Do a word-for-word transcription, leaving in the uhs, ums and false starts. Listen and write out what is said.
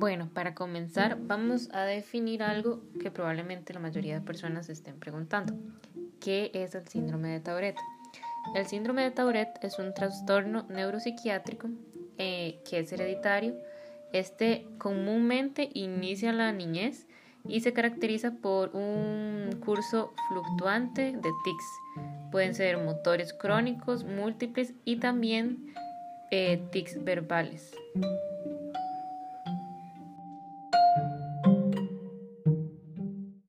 Bueno, para comenzar vamos a definir algo que probablemente la mayoría de personas se estén preguntando. ¿Qué es el síndrome de Tourette? El síndrome de Tourette es un trastorno neuropsiquiátrico eh, que es hereditario. Este comúnmente inicia en la niñez y se caracteriza por un curso fluctuante de tics. Pueden ser motores crónicos, múltiples y también eh, tics verbales.